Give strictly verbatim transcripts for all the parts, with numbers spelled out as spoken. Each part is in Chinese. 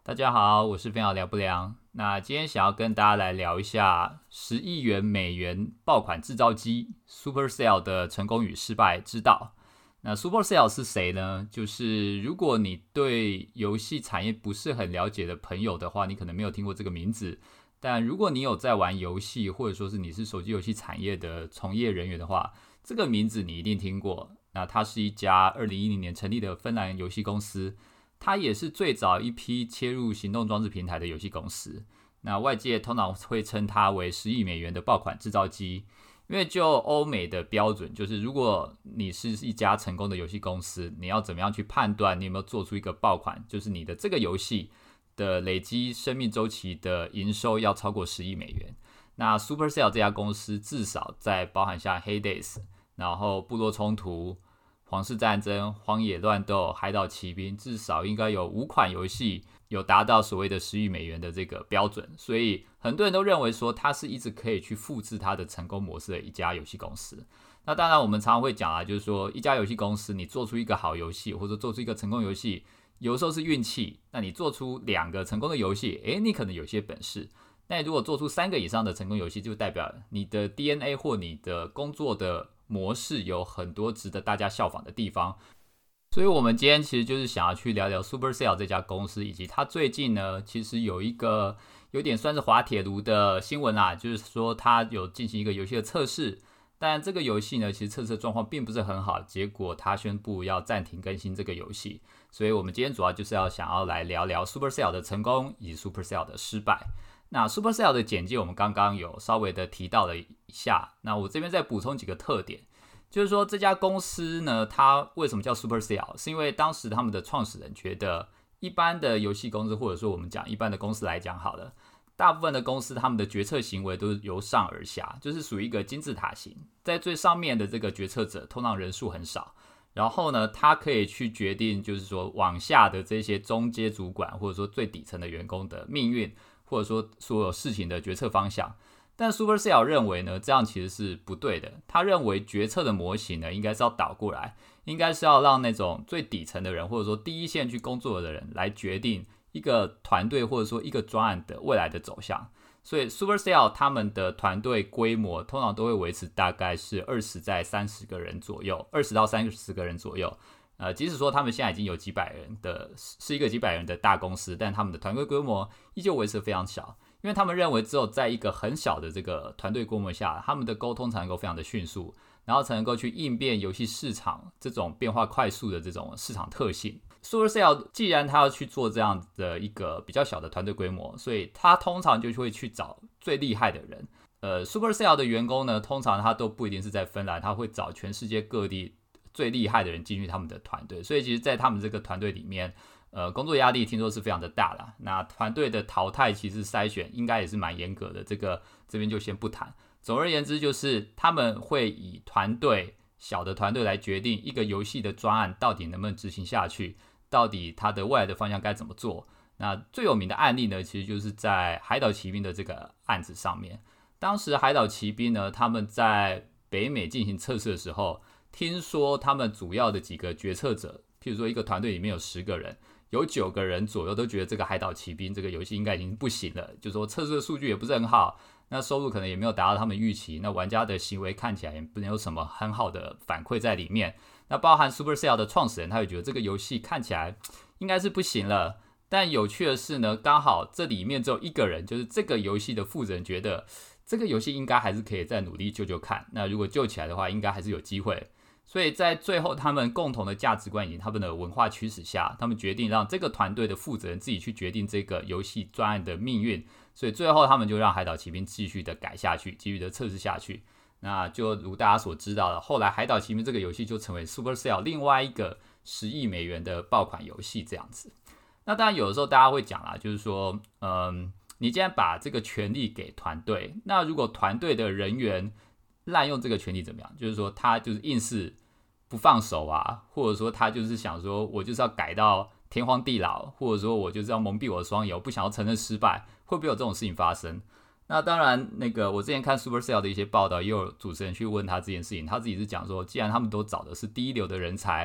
大家好，我是飞鸟聊不良。那今天想要跟大家来聊一下十亿元美元爆款制造机 Supercell 的成功与失败之道。那 Supercell 是谁呢？就是如果你对游戏产业不是很了解的朋友的话，你可能没有听过这个名字。但如果你有在玩游戏，或者说是你是手机游戏产业的从业人员的话，这个名字你一定听过。那它是一家二零一零年成立的芬兰游戏公司。它也是最早一批切入行动装置平台的游戏公司。那外界通常会称它为十亿美元的爆款制造机，因为就欧美的标准，就是如果你是一家成功的游戏公司，你要怎么样去判断你有没有做出一个爆款，就是你的这个游戏的累积生命周期的营收要超过十亿美元。那 Supercell 这家公司至少在包含像 Hades， 然后部落冲突、皇室战争、荒野乱斗、海岛奇兵，至少应该有五款游戏有达到所谓的十亿美元的这个标准，所以很多人都认为说它是一直可以去复制它的成功模式的一家游戏公司。那当然我们常常会讲啊，就是说一家游戏公司你做出一个好游戏，或者做出一个成功游戏，有时候是运气，那你做出两个成功的游戏，诶，你可能有些本事。那如果做出三个以上的成功游戏，就代表你的 D N A 或你的工作的模式有很多值得大家效仿的地方。所以我们今天其实就是想要去聊聊 Supercell 这家公司，以及它最近呢其实有一个有点算是滑铁卢的新闻啦，就是说它有进行一个游戏的测试，但这个游戏呢其实测试的状况并不是很好，结果它宣布要暂停更新这个游戏。所以我们今天主要就是要想要来聊聊 Supercell 的成功以及 Supercell 的失败。那 Supercell 的简介我们刚刚有稍微的提到了一下，那我这边再补充几个特点，就是说这家公司呢，它为什么叫 Supercell， 是因为当时他们的创始人觉得一般的游戏公司，或者说我们讲一般的公司来讲好了，大部分的公司他们的决策行为都是由上而下，就是属于一个金字塔型，在最上面的这个决策者通常人数很少，然后呢他可以去决定就是说往下的这些中阶主管，或者说最底层的员工的命运，或者说所有事情的决策方向。但 Supercell 认为呢，这样其实是不对的。他认为决策的模型呢，应该是要倒过来，应该是要让那种最底层的人，或者说第一线去工作的人来决定一个团队或者说一个专案的未来的走向。所以 Supercell 他们的团队规模通常都会维持大概是二十在三十个人左右，二十到三十个人左右。呃，即使说他们现在已经有几百人的，是一个几百人的大公司，但他们的团队规模依旧维持非常小，因为他们认为只有在一个很小的这个团队规模下，他们的沟通才能够非常的迅速，然后才能够去应变游戏市场这种变化快速的这种市场特性。Supercell 既然他要去做这样的一个比较小的团队规模，所以他通常就会去找最厉害的人。呃 ，Supercell 的员工呢，通常他都不一定是在芬兰，他会找全世界各地最厉害的人进去他们的团队，所以其实在他们这个团队里面，呃，工作压力听说是非常的大啦。那团队的淘汰其实筛选应该也是蛮严格的，这个这边就先不谈。总而言之，就是他们会以团队小的团队来决定一个游戏的专案到底能不能执行下去，到底它的未来的方向该怎么做。那最有名的案例呢，其实就是在海岛奇兵的这个案子上面。当时海岛奇兵呢，他们在北美进行测试的时候，听说他们主要的几个决策者，譬如说一个团队里面有十个人，有九个人左右都觉得这个海岛奇兵这个游戏应该已经不行了，就是说测试的数据也不是很好，那收入可能也没有达到他们预期，那玩家的行为看起来也没有什么很好的反馈在里面。那包含 Supercell 的创始人，他也觉得这个游戏看起来应该是不行了。但有趣的是呢，刚好这里面只有一个人，就是这个游戏的负责人觉得这个游戏应该还是可以再努力救救看，那如果救起来的话，应该还是有机会。所以在最后他们共同的价值观以及他们的文化驱使下，他们决定让这个团队的负责人自己去决定这个游戏专案的命运，所以最后他们就让海岛奇兵继续的改下去，继续的测试下去。那就如大家所知道的，后来海岛奇兵这个游戏就成为 Supercell 另外一个十亿美元的爆款游戏这样子。那当然有的时候大家会讲啦，就是说嗯，你既然把这个权利给团队，那如果团队的人员滥用这个权利怎么样？就是说他就是硬是不放手啊，或者说他就是想说我就是要改到天荒地老，或者说我就是要蒙蔽我的双眼，我不想要承认失败，会不会有这种事情发生？那当然，那个我之前看 Supercell 的一些报道，也有主持人去问他这件事情，他自己是讲说，既然他们都找的是第一流的人才，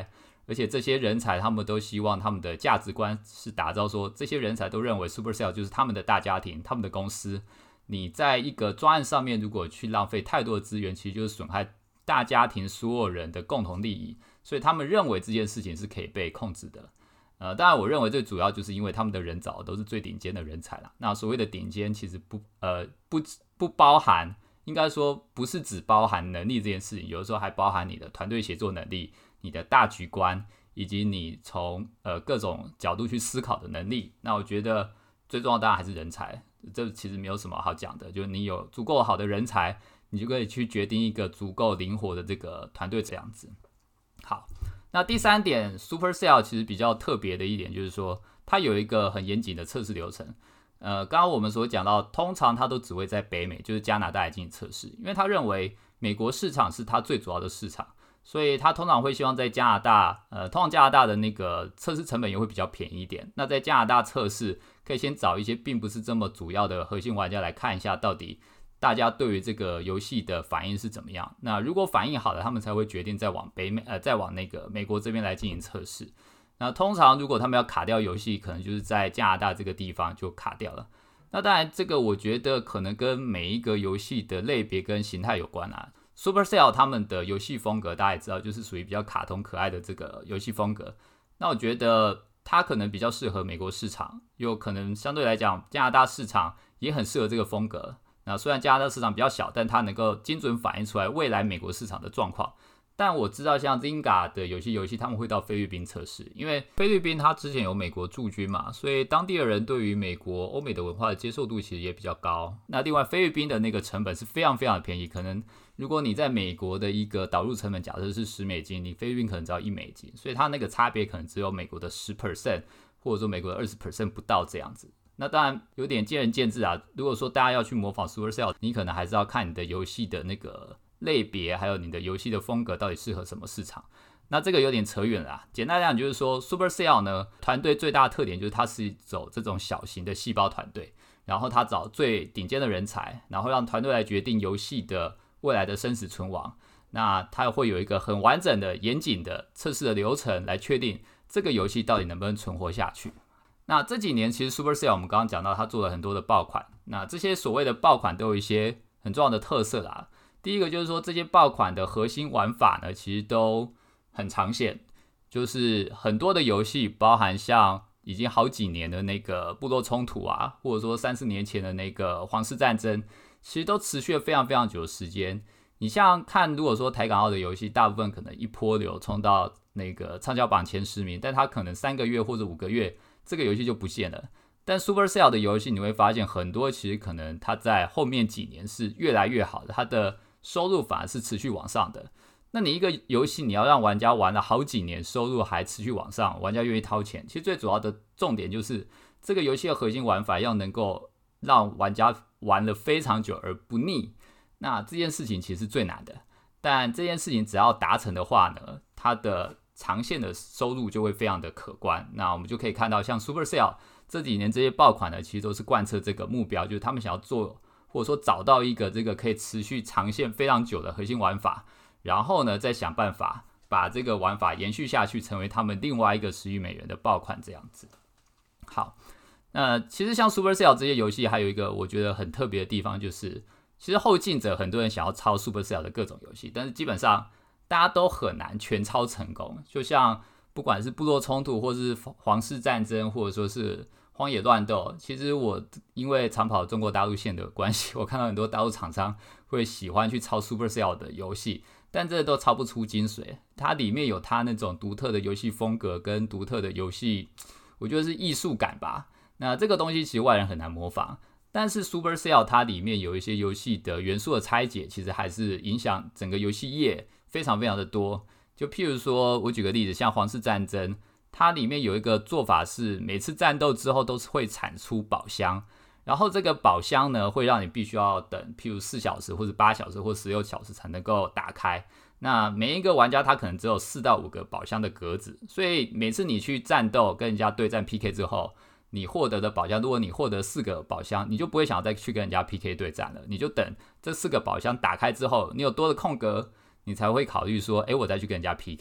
而且这些人才他们都希望他们的价值观是打造说，这些人才都认为 Supercell 就是他们的大家庭，他们的公司。你在一个专案上面如果去浪费太多的资源，其实就是损害大家庭所有人的共同利益，所以他们认为这件事情是可以被控制的。呃，当然我认为最主要就是因为他们的人找都是最顶尖的人才啦。那所谓的顶尖其实不呃不不包含，应该说不是只包含能力这件事情，有的时候还包含你的团队协作能力、你的大局观，以及你从呃各种角度去思考的能力。那我觉得最重要当然还是人才，这其实没有什么好讲的，就是你有足够好的人才，你就可以去决定一个足够灵活的这个团队这样子。好。那第三点 Supercell 其实比较特别的一点就是说，它有一个很严谨的测试流程。呃，刚刚我们所讲到，通常它都只会在北美，就是加拿大来进行测试，因为他认为美国市场是它最主要的市场，所以他通常会希望在加拿大，呃，通常加拿大的那个测试成本也会比较便宜一点。那在加拿大测试，可以先找一些并不是这么主要的核心玩家来看一下，到底大家对于这个游戏的反应是怎么样？那如果反应好了，他们才会决定再往北美，呃，再往那个美国这边来进行测试。那通常如果他们要卡掉游戏，可能就是在加拿大这个地方就卡掉了。那当然，这个我觉得可能跟每一个游戏的类别跟形态有关啊。Supercell 他们的游戏风格大家也知道，就是属于比较卡通可爱的这个游戏风格。那我觉得它可能比较适合美国市场，有可能相对来讲加拿大市场也很适合这个风格。那虽然加拿大市场比较小，但它能够精准反映出来未来美国市场的状况。但我知道像 Zynga 的有些游戏他们会到菲律宾测试，因为菲律宾它之前有美国驻军嘛，所以当地的人对于美国欧美的文化的接受度其实也比较高。那另外菲律宾的那个成本是非常非常的便宜，可能如果你在美国的一个导入成本假设是十美金，你菲律宾可能只要一美金，所以它那个差别可能只有美国的 百分之十 或者说美国的 百分之二十 不到这样子。那当然有点见仁见智啊。如果说大家要去模仿 Supercell， 你可能还是要看你的游戏的那个类别，还有你的游戏的风格到底适合什么市场。那这个有点扯远了啊。简单来讲就是说 Supercell 呢，团队最大的特点就是它是走这种小型的细胞团队，然后它找最顶尖的人才，然后让团队来决定游戏的未来的生死存亡。那它会有一个很完整的严谨的测试的流程来确定这个游戏到底能不能存活下去。那这几年其实 Supercell 我们刚刚讲到它做了很多的爆款，那这些所谓的爆款都有一些很重要的特色啦。第一个就是说这些爆款的核心玩法呢其实都很长线，就是很多的游戏包含像已经好几年的那个部落冲突啊，或者说三四年前的那个皇室战争，其实都持续了非常非常久的时间。你像看如果说台港澳的游戏，大部分可能一波流冲到那个畅销榜前十名，但它可能三个月或者五个月这个游戏就不见了。但 Supercell 的游戏你会发现很多其实可能它在后面几年是越来越好的，它的收入反而是持续往上的。那你一个游戏你要让玩家玩了好几年，收入还持续往上，玩家愿意掏钱，其实最主要的重点就是这个游戏的核心玩法要能够让玩家玩了非常久而不腻。那这件事情其实是最难的，但这件事情只要达成的话呢，它的长线的收入就会非常的可观。那我们就可以看到像 Supercell 这几年这些爆款呢，其实都是贯彻这个目标，就是他们想要做或者说找到一个这个可以持续长线非常久的核心玩法，然后呢再想办法把这个玩法延续下去，成为他们另外一个十亿美元的爆款这样子。好，那其实像 Supercell 这些游戏还有一个我觉得很特别的地方，就是其实后进者很多人想要抄 Supercell 的各种游戏，但是基本上大家都很难全抄成功。就像不管是部落冲突或是皇室战争或者说是荒野乱斗，其实我因为常跑中国大陆线的关系，我看到很多大陆厂商会喜欢去抄 Supercell 的游戏，但这都抄不出精髓。它里面有它那种独特的游戏风格跟独特的游戏，我觉得是艺术感吧。那这个东西其实外人很难模仿，但是 Supercell 它里面有一些游戏的元素的拆解，其实还是影响整个游戏业非常非常的多。就譬如说我举个例子，像皇室战争，它里面有一个做法是每次战斗之后都是会产出宝箱，然后这个宝箱呢会让你必须要等譬如四小时或者八小时或十六小时才能够打开。那每一个玩家他可能只有四到五个宝箱的格子，所以每次你去战斗跟人家对战 P K 之后，你获得的宝箱，如果你获得四个宝箱，你就不会想要再去跟人家 P K 对战了，你就等这四个宝箱打开之后，你有多的空格，你才会考虑说，诶，我再去跟人家 P K。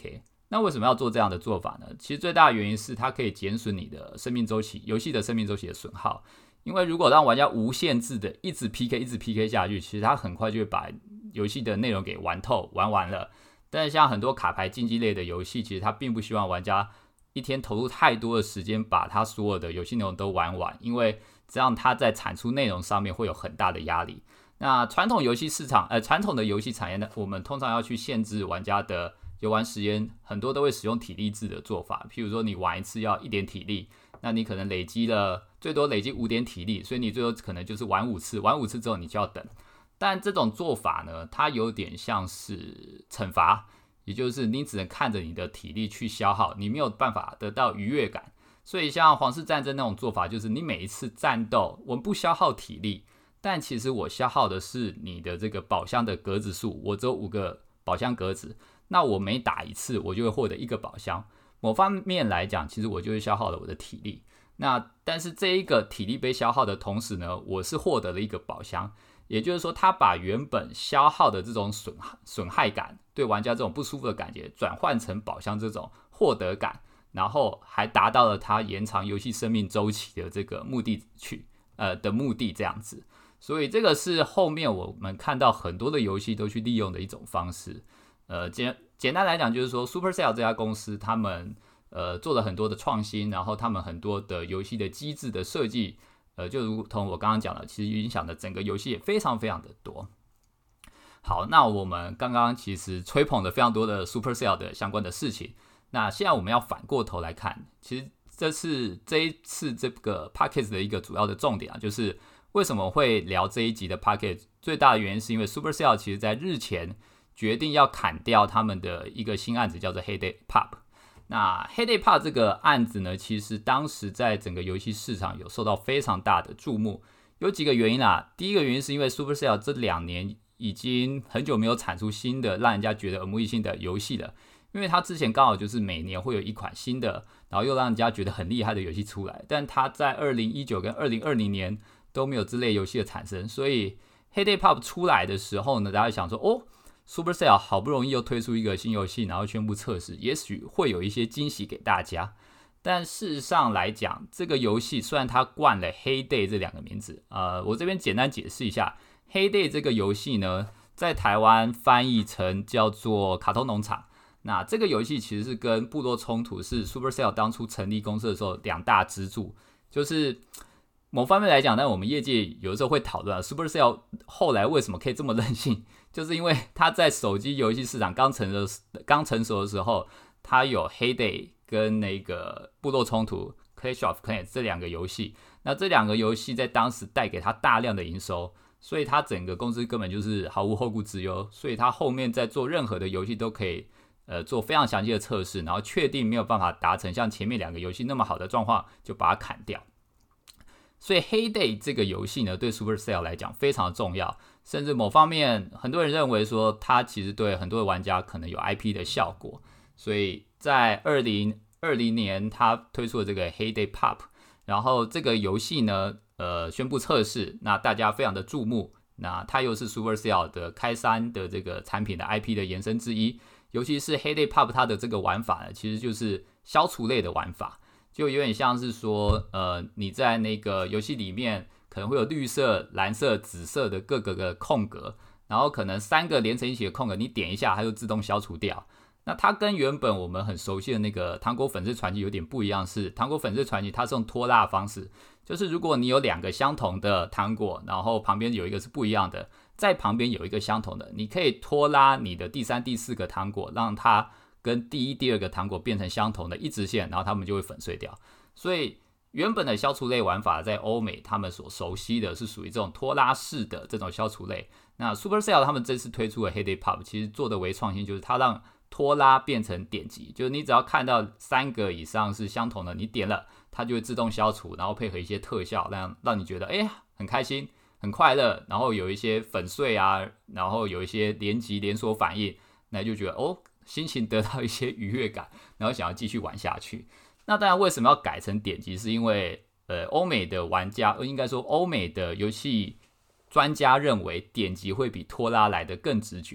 那为什么要做这样的做法呢？其实最大的原因是它可以减损你的生命周期，游戏的生命周期的损耗。因为如果让玩家无限制的一直 P K 一直 P K 下去，其实他很快就会把游戏的内容给玩透玩完了。但是像很多卡牌竞技类的游戏，其实他并不希望玩家一天投入太多的时间把他所有的游戏内容都玩完，因为这样他在产出内容上面会有很大的压力。那传统游戏市场，呃，传统的游戏产业呢，我们通常要去限制玩家的游玩时间，很多都会使用体力制的做法。譬如说，你玩一次要一点体力，那你可能累积了最多累积五点体力，所以你最多可能就是玩五次，玩五次之后你就要等。但这种做法呢，它有点像是惩罚，也就是你只能看着你的体力去消耗，你没有办法得到愉悦感。所以像皇室战争那种做法，就是你每一次战斗，我们不消耗体力，但其实我消耗的是你的这个宝箱的格子数，我只有五个宝箱格子，那我每打一次，我就会获得一个宝箱。某方面来讲，其实我就会消耗了我的体力。那但是这一个体力被消耗的同时呢，我是获得了一个宝箱，也就是说，他把原本消耗的这种损损害感，对玩家这种不舒服的感觉，转换成宝箱这种获得感，然后还达到了他延长游戏生命周期的这个目的去呃的目的这样子。所以这个是后面我们看到很多的游戏都去利用的一种方式。呃，简简单来讲就是说 ，Supercell 这家公司他们呃做了很多的创新，然后他们很多的游戏的机制的设计，呃，就如同我刚刚讲的，其实影响的整个游戏也非常非常的多。好，那我们刚刚其实吹捧了非常多的 Supercell 的相关的事情，那现在我们要反过头来看，其实这是这一次这个 Podcast 的一个主要的重点啊，就是为什么会聊这一集的 Podcast， 最大的原因是因为 Supercell 其实在日前决定要砍掉他们的一个新案子，叫做 Heyday Pop。那 Heyday Pop 这个案子呢，其实当时在整个游戏市场有受到非常大的注目，有几个原因啦。第一个原因是因为 Supercell 这两年已经很久没有产出新的让人家觉得耳目一新的游戏了，因为它之前刚好就是每年会有一款新的，然后又让人家觉得很厉害的游戏出来，但它在二零一九跟二零二零年都没有这类游戏的产生，所以 Heyday Pop 出来的时候呢，大家想说哦，Supercell 好不容易又推出一个新游戏，然后宣布测试，也许会有一些惊喜给大家。但事实上来讲，这个游戏虽然它冠了 Heyday 这两个名字，呃，我这边简单解释一下 ，Heyday 这个游戏呢，在台湾翻译成叫做卡通农场。那这个游戏其实是跟部落冲突是 Supercell 当初成立公司的时候两大支柱，就是某方面来讲，但我们业界有的时候会讨论啊 ，Supercell 后来为什么可以这么任性，就是因为它在手机游戏市场刚成熟、刚成熟的时候，它有 Heyday 跟那个部落冲突 Clash of Clans 这两个游戏，那这两个游戏在当时带给它大量的营收，所以它整个公司根本就是毫无后顾之忧，所以它后面在做任何的游戏都可以呃做非常详细的测试，然后确定没有办法达成像前面两个游戏那么好的状况，就把它砍掉。所以 Heyday 这个游戏呢，对 Supercell 来讲非常的重要，甚至某方面很多人认为说它其实对很多的玩家可能有 I P 的效果，所以在二零二零年它推出了这个 Heyday Pop， 然后这个游戏呢呃宣布测试，那大家非常的注目，那它又是 Supercell 的开山的这个产品的 I P 的延伸之一，尤其是 Heyday Pop 它的这个玩法呢，其实就是消除类的玩法，就有点像是说，呃，你在那个游戏里面可能会有绿色、蓝色、紫色的各个的空格，然后可能三个连成一起的空格，你点一下它就自动消除掉。那它跟原本我们很熟悉的那个糖果粉丝传奇有点不一样，是糖果粉丝传奇它是用拖拉的方式，就是如果你有两个相同的糖果，然后旁边有一个是不一样的，在旁边有一个相同的，你可以拖拉你的第三、第四个糖果，让它跟第一、第二个糖果变成相同的一直线，然后它们就会粉碎掉。所以原本的消除类玩法在欧美他们所熟悉的是属于这种拖拉式的这种消除类。那 Supercell 他们这次推出的 Heyday Pop 其实做的微创新，就是它让拖拉变成点击，就是你只要看到三个以上是相同的，你点了它就会自动消除，然后配合一些特效，让让你觉得哎很开心、很快乐，然后有一些粉碎啊，然后有一些连击连锁反应，那就觉得哦心情得到一些愉悦感，然后想要继续玩下去。那当然为什么要改成点击，是因为呃欧美的玩家，应该说欧美的游戏专家认为点击会比拖拉来的更直觉。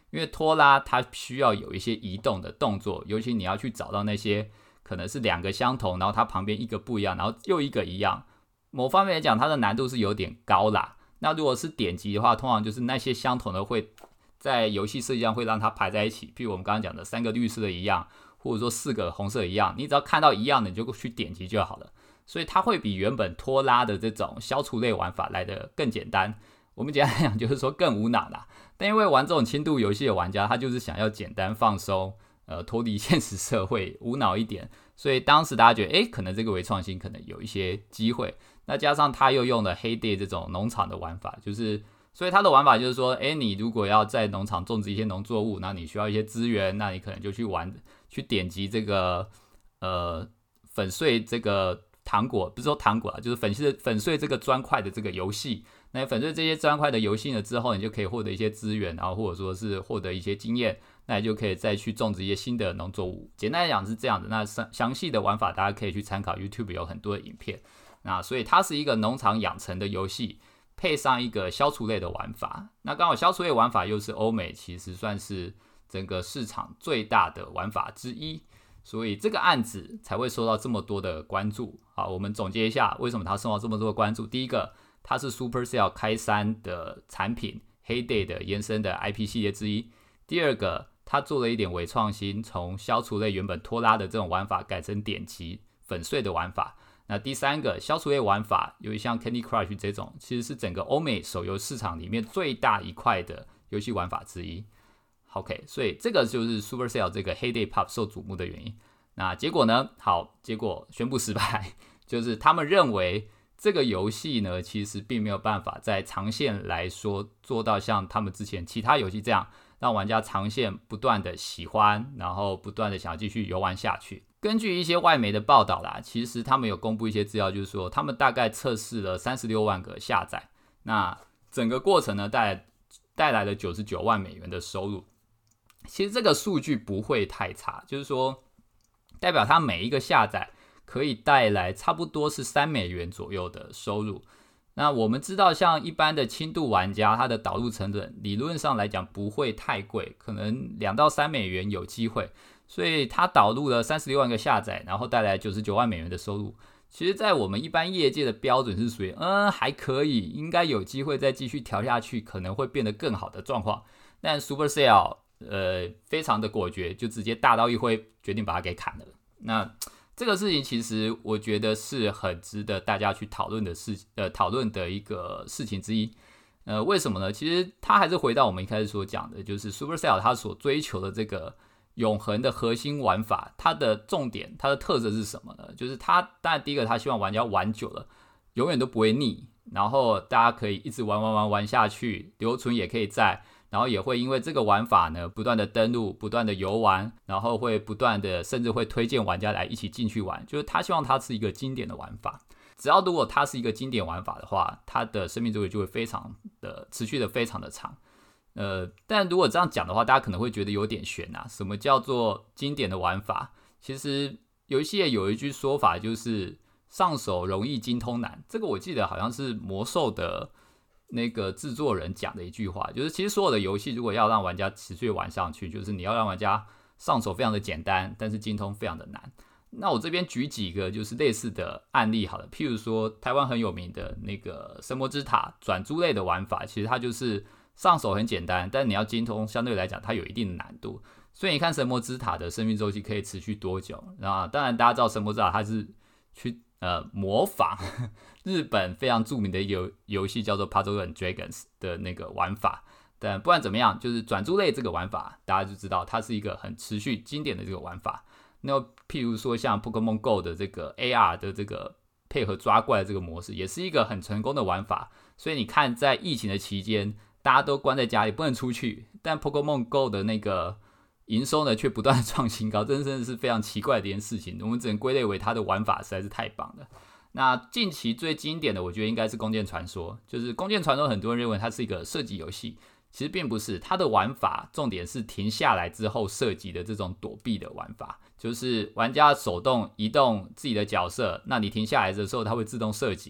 因为拖拉它需要有一些移动的动作，尤其你要去找到那些可能是两个相同，然后它旁边一个不一样，然后又一个一样，某方面来讲它的难度是有点高啦。那如果是点击的话，通常就是那些相同的会在游戏设计上会让它排在一起，譬如我们刚刚讲的三个绿色的一样，或者说四个红色一样，你只要看到一样的你就去点击就好了。所以它会比原本拖拉的这种消除类玩法来得更简单。我们简单来讲就是说更无脑啦。但因为玩这种轻度游戏的玩家，他就是想要简单放松，呃，脱离现实社会，无脑一点，所以当时大家觉得，诶，可能这个微创新可能有一些机会。那加上他又用了黑 day 这种农场的玩法，就是所以他的玩法就是说，诶，你如果要在农场种植一些农作物，那你需要一些资源，那你可能就去玩，去点击这个呃粉碎这个糖果，不是说糖果啊，就是粉碎粉碎这个砖块的这个游戏。那粉碎这些砖块的游戏呢之后，你就可以获得一些资源，然后或者说是获得一些经验，那你就可以再去种植一些新的农作物。简单来讲是这样的，那详细的玩法大家可以去参考 YouTube 有很多的影片。那所以它是一个农场养成的游戏，配上一个消除类的玩法。那刚好消除类玩法又是欧美其实算是整个市场最大的玩法之一，所以这个案子才会受到这么多的关注。好，我们总结一下为什么它受到这么多的关注。第一个，它是 Supercell 开山的产品，黑 day 的延伸的 I P 系列之一。第二个，它做了一点微创新，从消除类原本拖拉的这种玩法改成点击粉碎的玩法。那第三个，消除类玩法有一像 Candy Crush 这种，其实是整个欧美手游市场里面最大一块的游戏玩法之一。OK， 所以这个就是 Supercell 这个黑 day pop 受瞩目的原因。那结果呢？好，结果宣布失败，就是他们认为这个游戏呢，其实并没有办法在长线来说做到像他们之前其他游戏这样，让玩家长线不断的喜欢，然后不断的想要继续游玩下去。根据一些外媒的报道啦，其实他们有公布一些资料，就是说他们大概测试了三十六万个下载，那整个过程呢带来带来了九十九万美元的收入。其实这个数据不会太差，就是说代表它每一个下载可以带来差不多是三美元左右的收入。那我们知道像一般的轻度玩家，它的导入成本理论上来讲不会太贵，可能两到三美元有机会，所以它导入了三十六万个下载，然后带来九十九万美元的收入。其实在我们一般业界的标准是属于嗯还可以，应该有机会再继续调下去，可能会变得更好的状况。但 Supercell 呃非常的果决，就直接大刀一挥，决定把它给砍了。那这个事情其实我觉得是很值得大家去讨论的事，呃，讨论的一个事情之一。呃，为什么呢？其实它还是回到我们一开始所讲的，就是 Supercell 它所追求的这个永恒的核心玩法，它的重点，它的特色是什么呢？就是它当然第一个，它希望玩家玩久了，永远都不会腻，然后大家可以一直玩玩玩玩下去，留存也可以在。然后也会因为这个玩法呢，不断的登录，不断的游玩，然后会不断的，甚至会推荐玩家来一起进去玩。就是他希望它是一个经典的玩法。只要如果它是一个经典玩法的话，它的生命周期就会非常的持续的非常的长。呃，但如果这样讲的话，大家可能会觉得有点悬啊。什么叫做经典的玩法？其实游戏业有一句说法，就是上手容易精通难。这个我记得好像是魔兽的那个制作人讲的一句话，就是其实所有的游戏如果要让玩家持续玩上去，就是你要让玩家上手非常的简单，但是精通非常的难。那我这边举几个就是类似的案例好了，譬如说台湾很有名的那个神魔之塔转珠类的玩法，其实它就是上手很简单，但你要精通相对来讲它有一定的难度。所以你看神魔之塔的生命周期可以持续多久？那当然大家知道神魔之塔它是去呃模仿日本非常著名的游游戏叫做 Puzzle and Dragons 的那个玩法，但不管怎么样，就是转珠类这个玩法，大家就知道它是一个很持续经典的这个玩法。那譬如说像 Pokemon Go 的这个 A R 的这个配合抓怪的这个模式，也是一个很成功的玩法。所以你看，在疫情的期间，大家都关在家里不能出去，但 Pokemon Go 的那个营收呢却不断的创新高，真的是非常奇怪的一件事情。我们只能归类为它的玩法实在是太棒了。那近期最经典的，我觉得应该是《弓箭传说》，就是《弓箭传说》，很多人认为它是一个射击游戏，其实并不是。它的玩法重点是停下来之后射击的这种躲避的玩法，就是玩家手动移动自己的角色，那你停下来的时候，它会自动射击。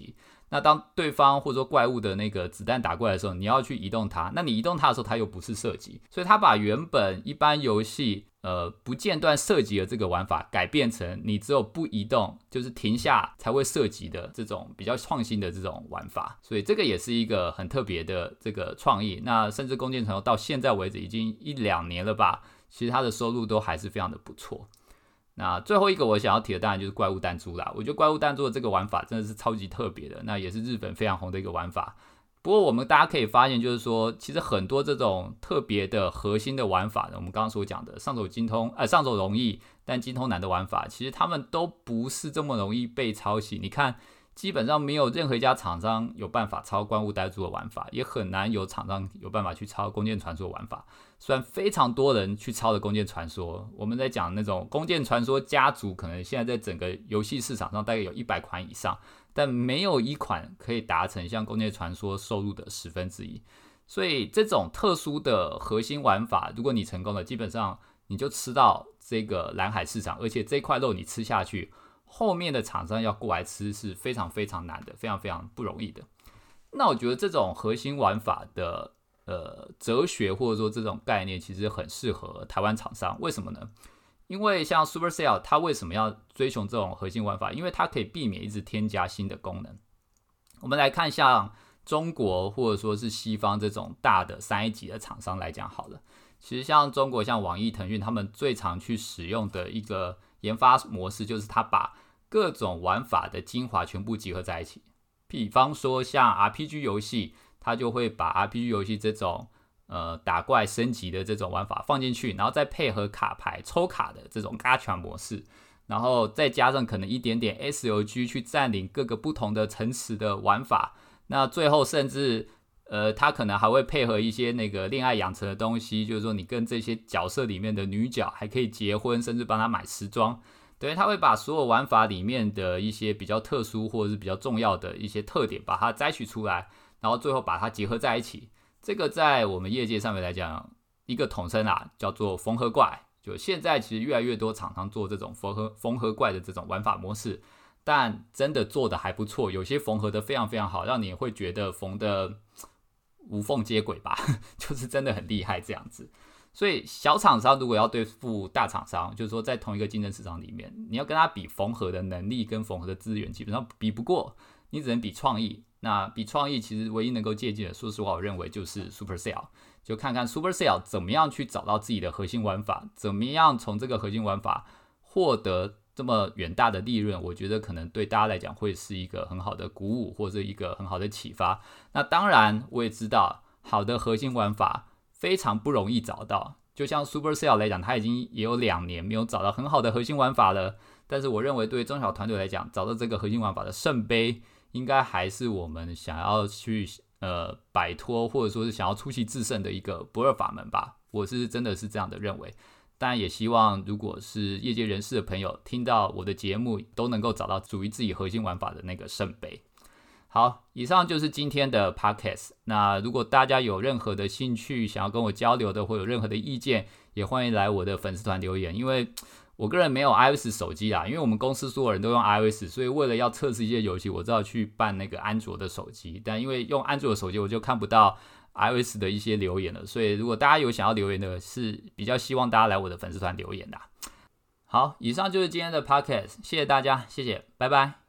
那当对方或者说怪物的那个子弹打过来的时候，你要去移动它，那你移动它的时候，它又不是射击，所以它把原本一般游戏呃不间断射击的这个玩法改变成你只有不移动，就是停下才会射击的这种比较创新的这种玩法，所以这个也是一个很特别的这个创意。那甚至弓箭传说到现在为止已经一两年了吧，其实它的收入都还是非常的不错。那最后一个我想要提的当然就是怪物弹珠啦，我觉得怪物弹珠的这个玩法真的是超级特别的，那也是日本非常红的一个玩法。不过我们大家可以发现，就是说其实很多这种特别的核心的玩法呢，我们刚刚所讲的上手精通呃上手容易但精通难的玩法，其实他们都不是这么容易被抄袭。你看基本上没有任何一家厂商有办法抄怪物弹珠的玩法，也很难有厂商有办法去抄弓箭传说的玩法。虽然非常多人去抄的弓箭传说，我们在讲那种弓箭传说家族，可能现在在整个游戏市场上大概有一百款以上，但没有一款可以达成像弓箭传说收入的十分之一。所以这种特殊的核心玩法，如果你成功了，基本上你就吃到这个蓝海市场，而且这块肉你吃下去，后面的厂商要过来吃是非常非常难的，非常非常不容易的。那我觉得这种核心玩法的呃哲学或者说这种概念，其实很适合台湾厂商。为什么呢？因为像 Supercell 它为什么要追求这种核心玩法？因为它可以避免一直添加新的功能。我们来看像中国或者说是西方这种大的三 A 级的厂商来讲好了，其实像中国像网易、腾讯，他们最常去使用的一个研发模式，就是它把各种玩法的精华全部集合在一起。比方说像 R P G 游戏，它就会把 R P G 游戏这种呃打怪升级的这种玩法放进去，然后再配合卡牌抽卡的这种 gacha 模式，然后再加上可能一点点 S L G 去占领各个不同的城池的玩法。那最后甚至呃，它可能还会配合一些那个恋爱养成的东西，就是说你跟这些角色里面的女角还可以结婚，甚至帮她买时装。对，它会把所有玩法里面的一些比较特殊或者是比较重要的一些特点把它摘取出来，然后最后把它结合在一起。这个在我们业界上面来讲，一个统称啊，叫做缝合怪。就现在其实越来越多厂商做这种缝合缝合怪的这种玩法模式，但真的做的还不错，有些缝合的非常非常好，让你会觉得缝的无缝接轨吧，就是真的很厉害这样子。所以小厂商如果要对付大厂商，就是说在同一个竞争市场里面，你要跟他比缝合的能力跟缝合的资源，基本上比不过，你只能比创意。那比创意其实唯一能够借鉴的，说实话我认为就是 Supercell， 就看看 Supercell 怎么样去找到自己的核心玩法，怎么样从这个核心玩法获得这么远大的利润，我觉得可能对大家来讲会是一个很好的鼓舞，或者一个很好的启发。那当然我也知道好的核心玩法非常不容易找到，就像 Supercell 来讲，它已经也有两年没有找到很好的核心玩法了。但是我认为对中小团队来讲，找到这个核心玩法的圣杯，应该还是我们想要去呃摆脱，或者说是想要出奇制胜的一个不二法门吧。我是真的是这样的认为。当然也希望如果是业界人士的朋友听到我的节目，都能够找到属于自己核心玩法的那个圣杯。好，以上就是今天的 podcast。 那如果大家有任何的兴趣想要跟我交流的，或有任何的意见，也欢迎来我的粉丝团留言。因为我个人没有 iOS 手机啦，因为我们公司所有人都用 iOS， 所以为了要测试一些游戏，我知道去办那个安卓的手机。但因为用安卓的手机，我就看不到 iOS 的一些留言了，所以如果大家有想要留言的，是比较希望大家来我的粉丝团留言的。好，以上就是今天的 podcast， 谢谢大家，谢谢，拜拜。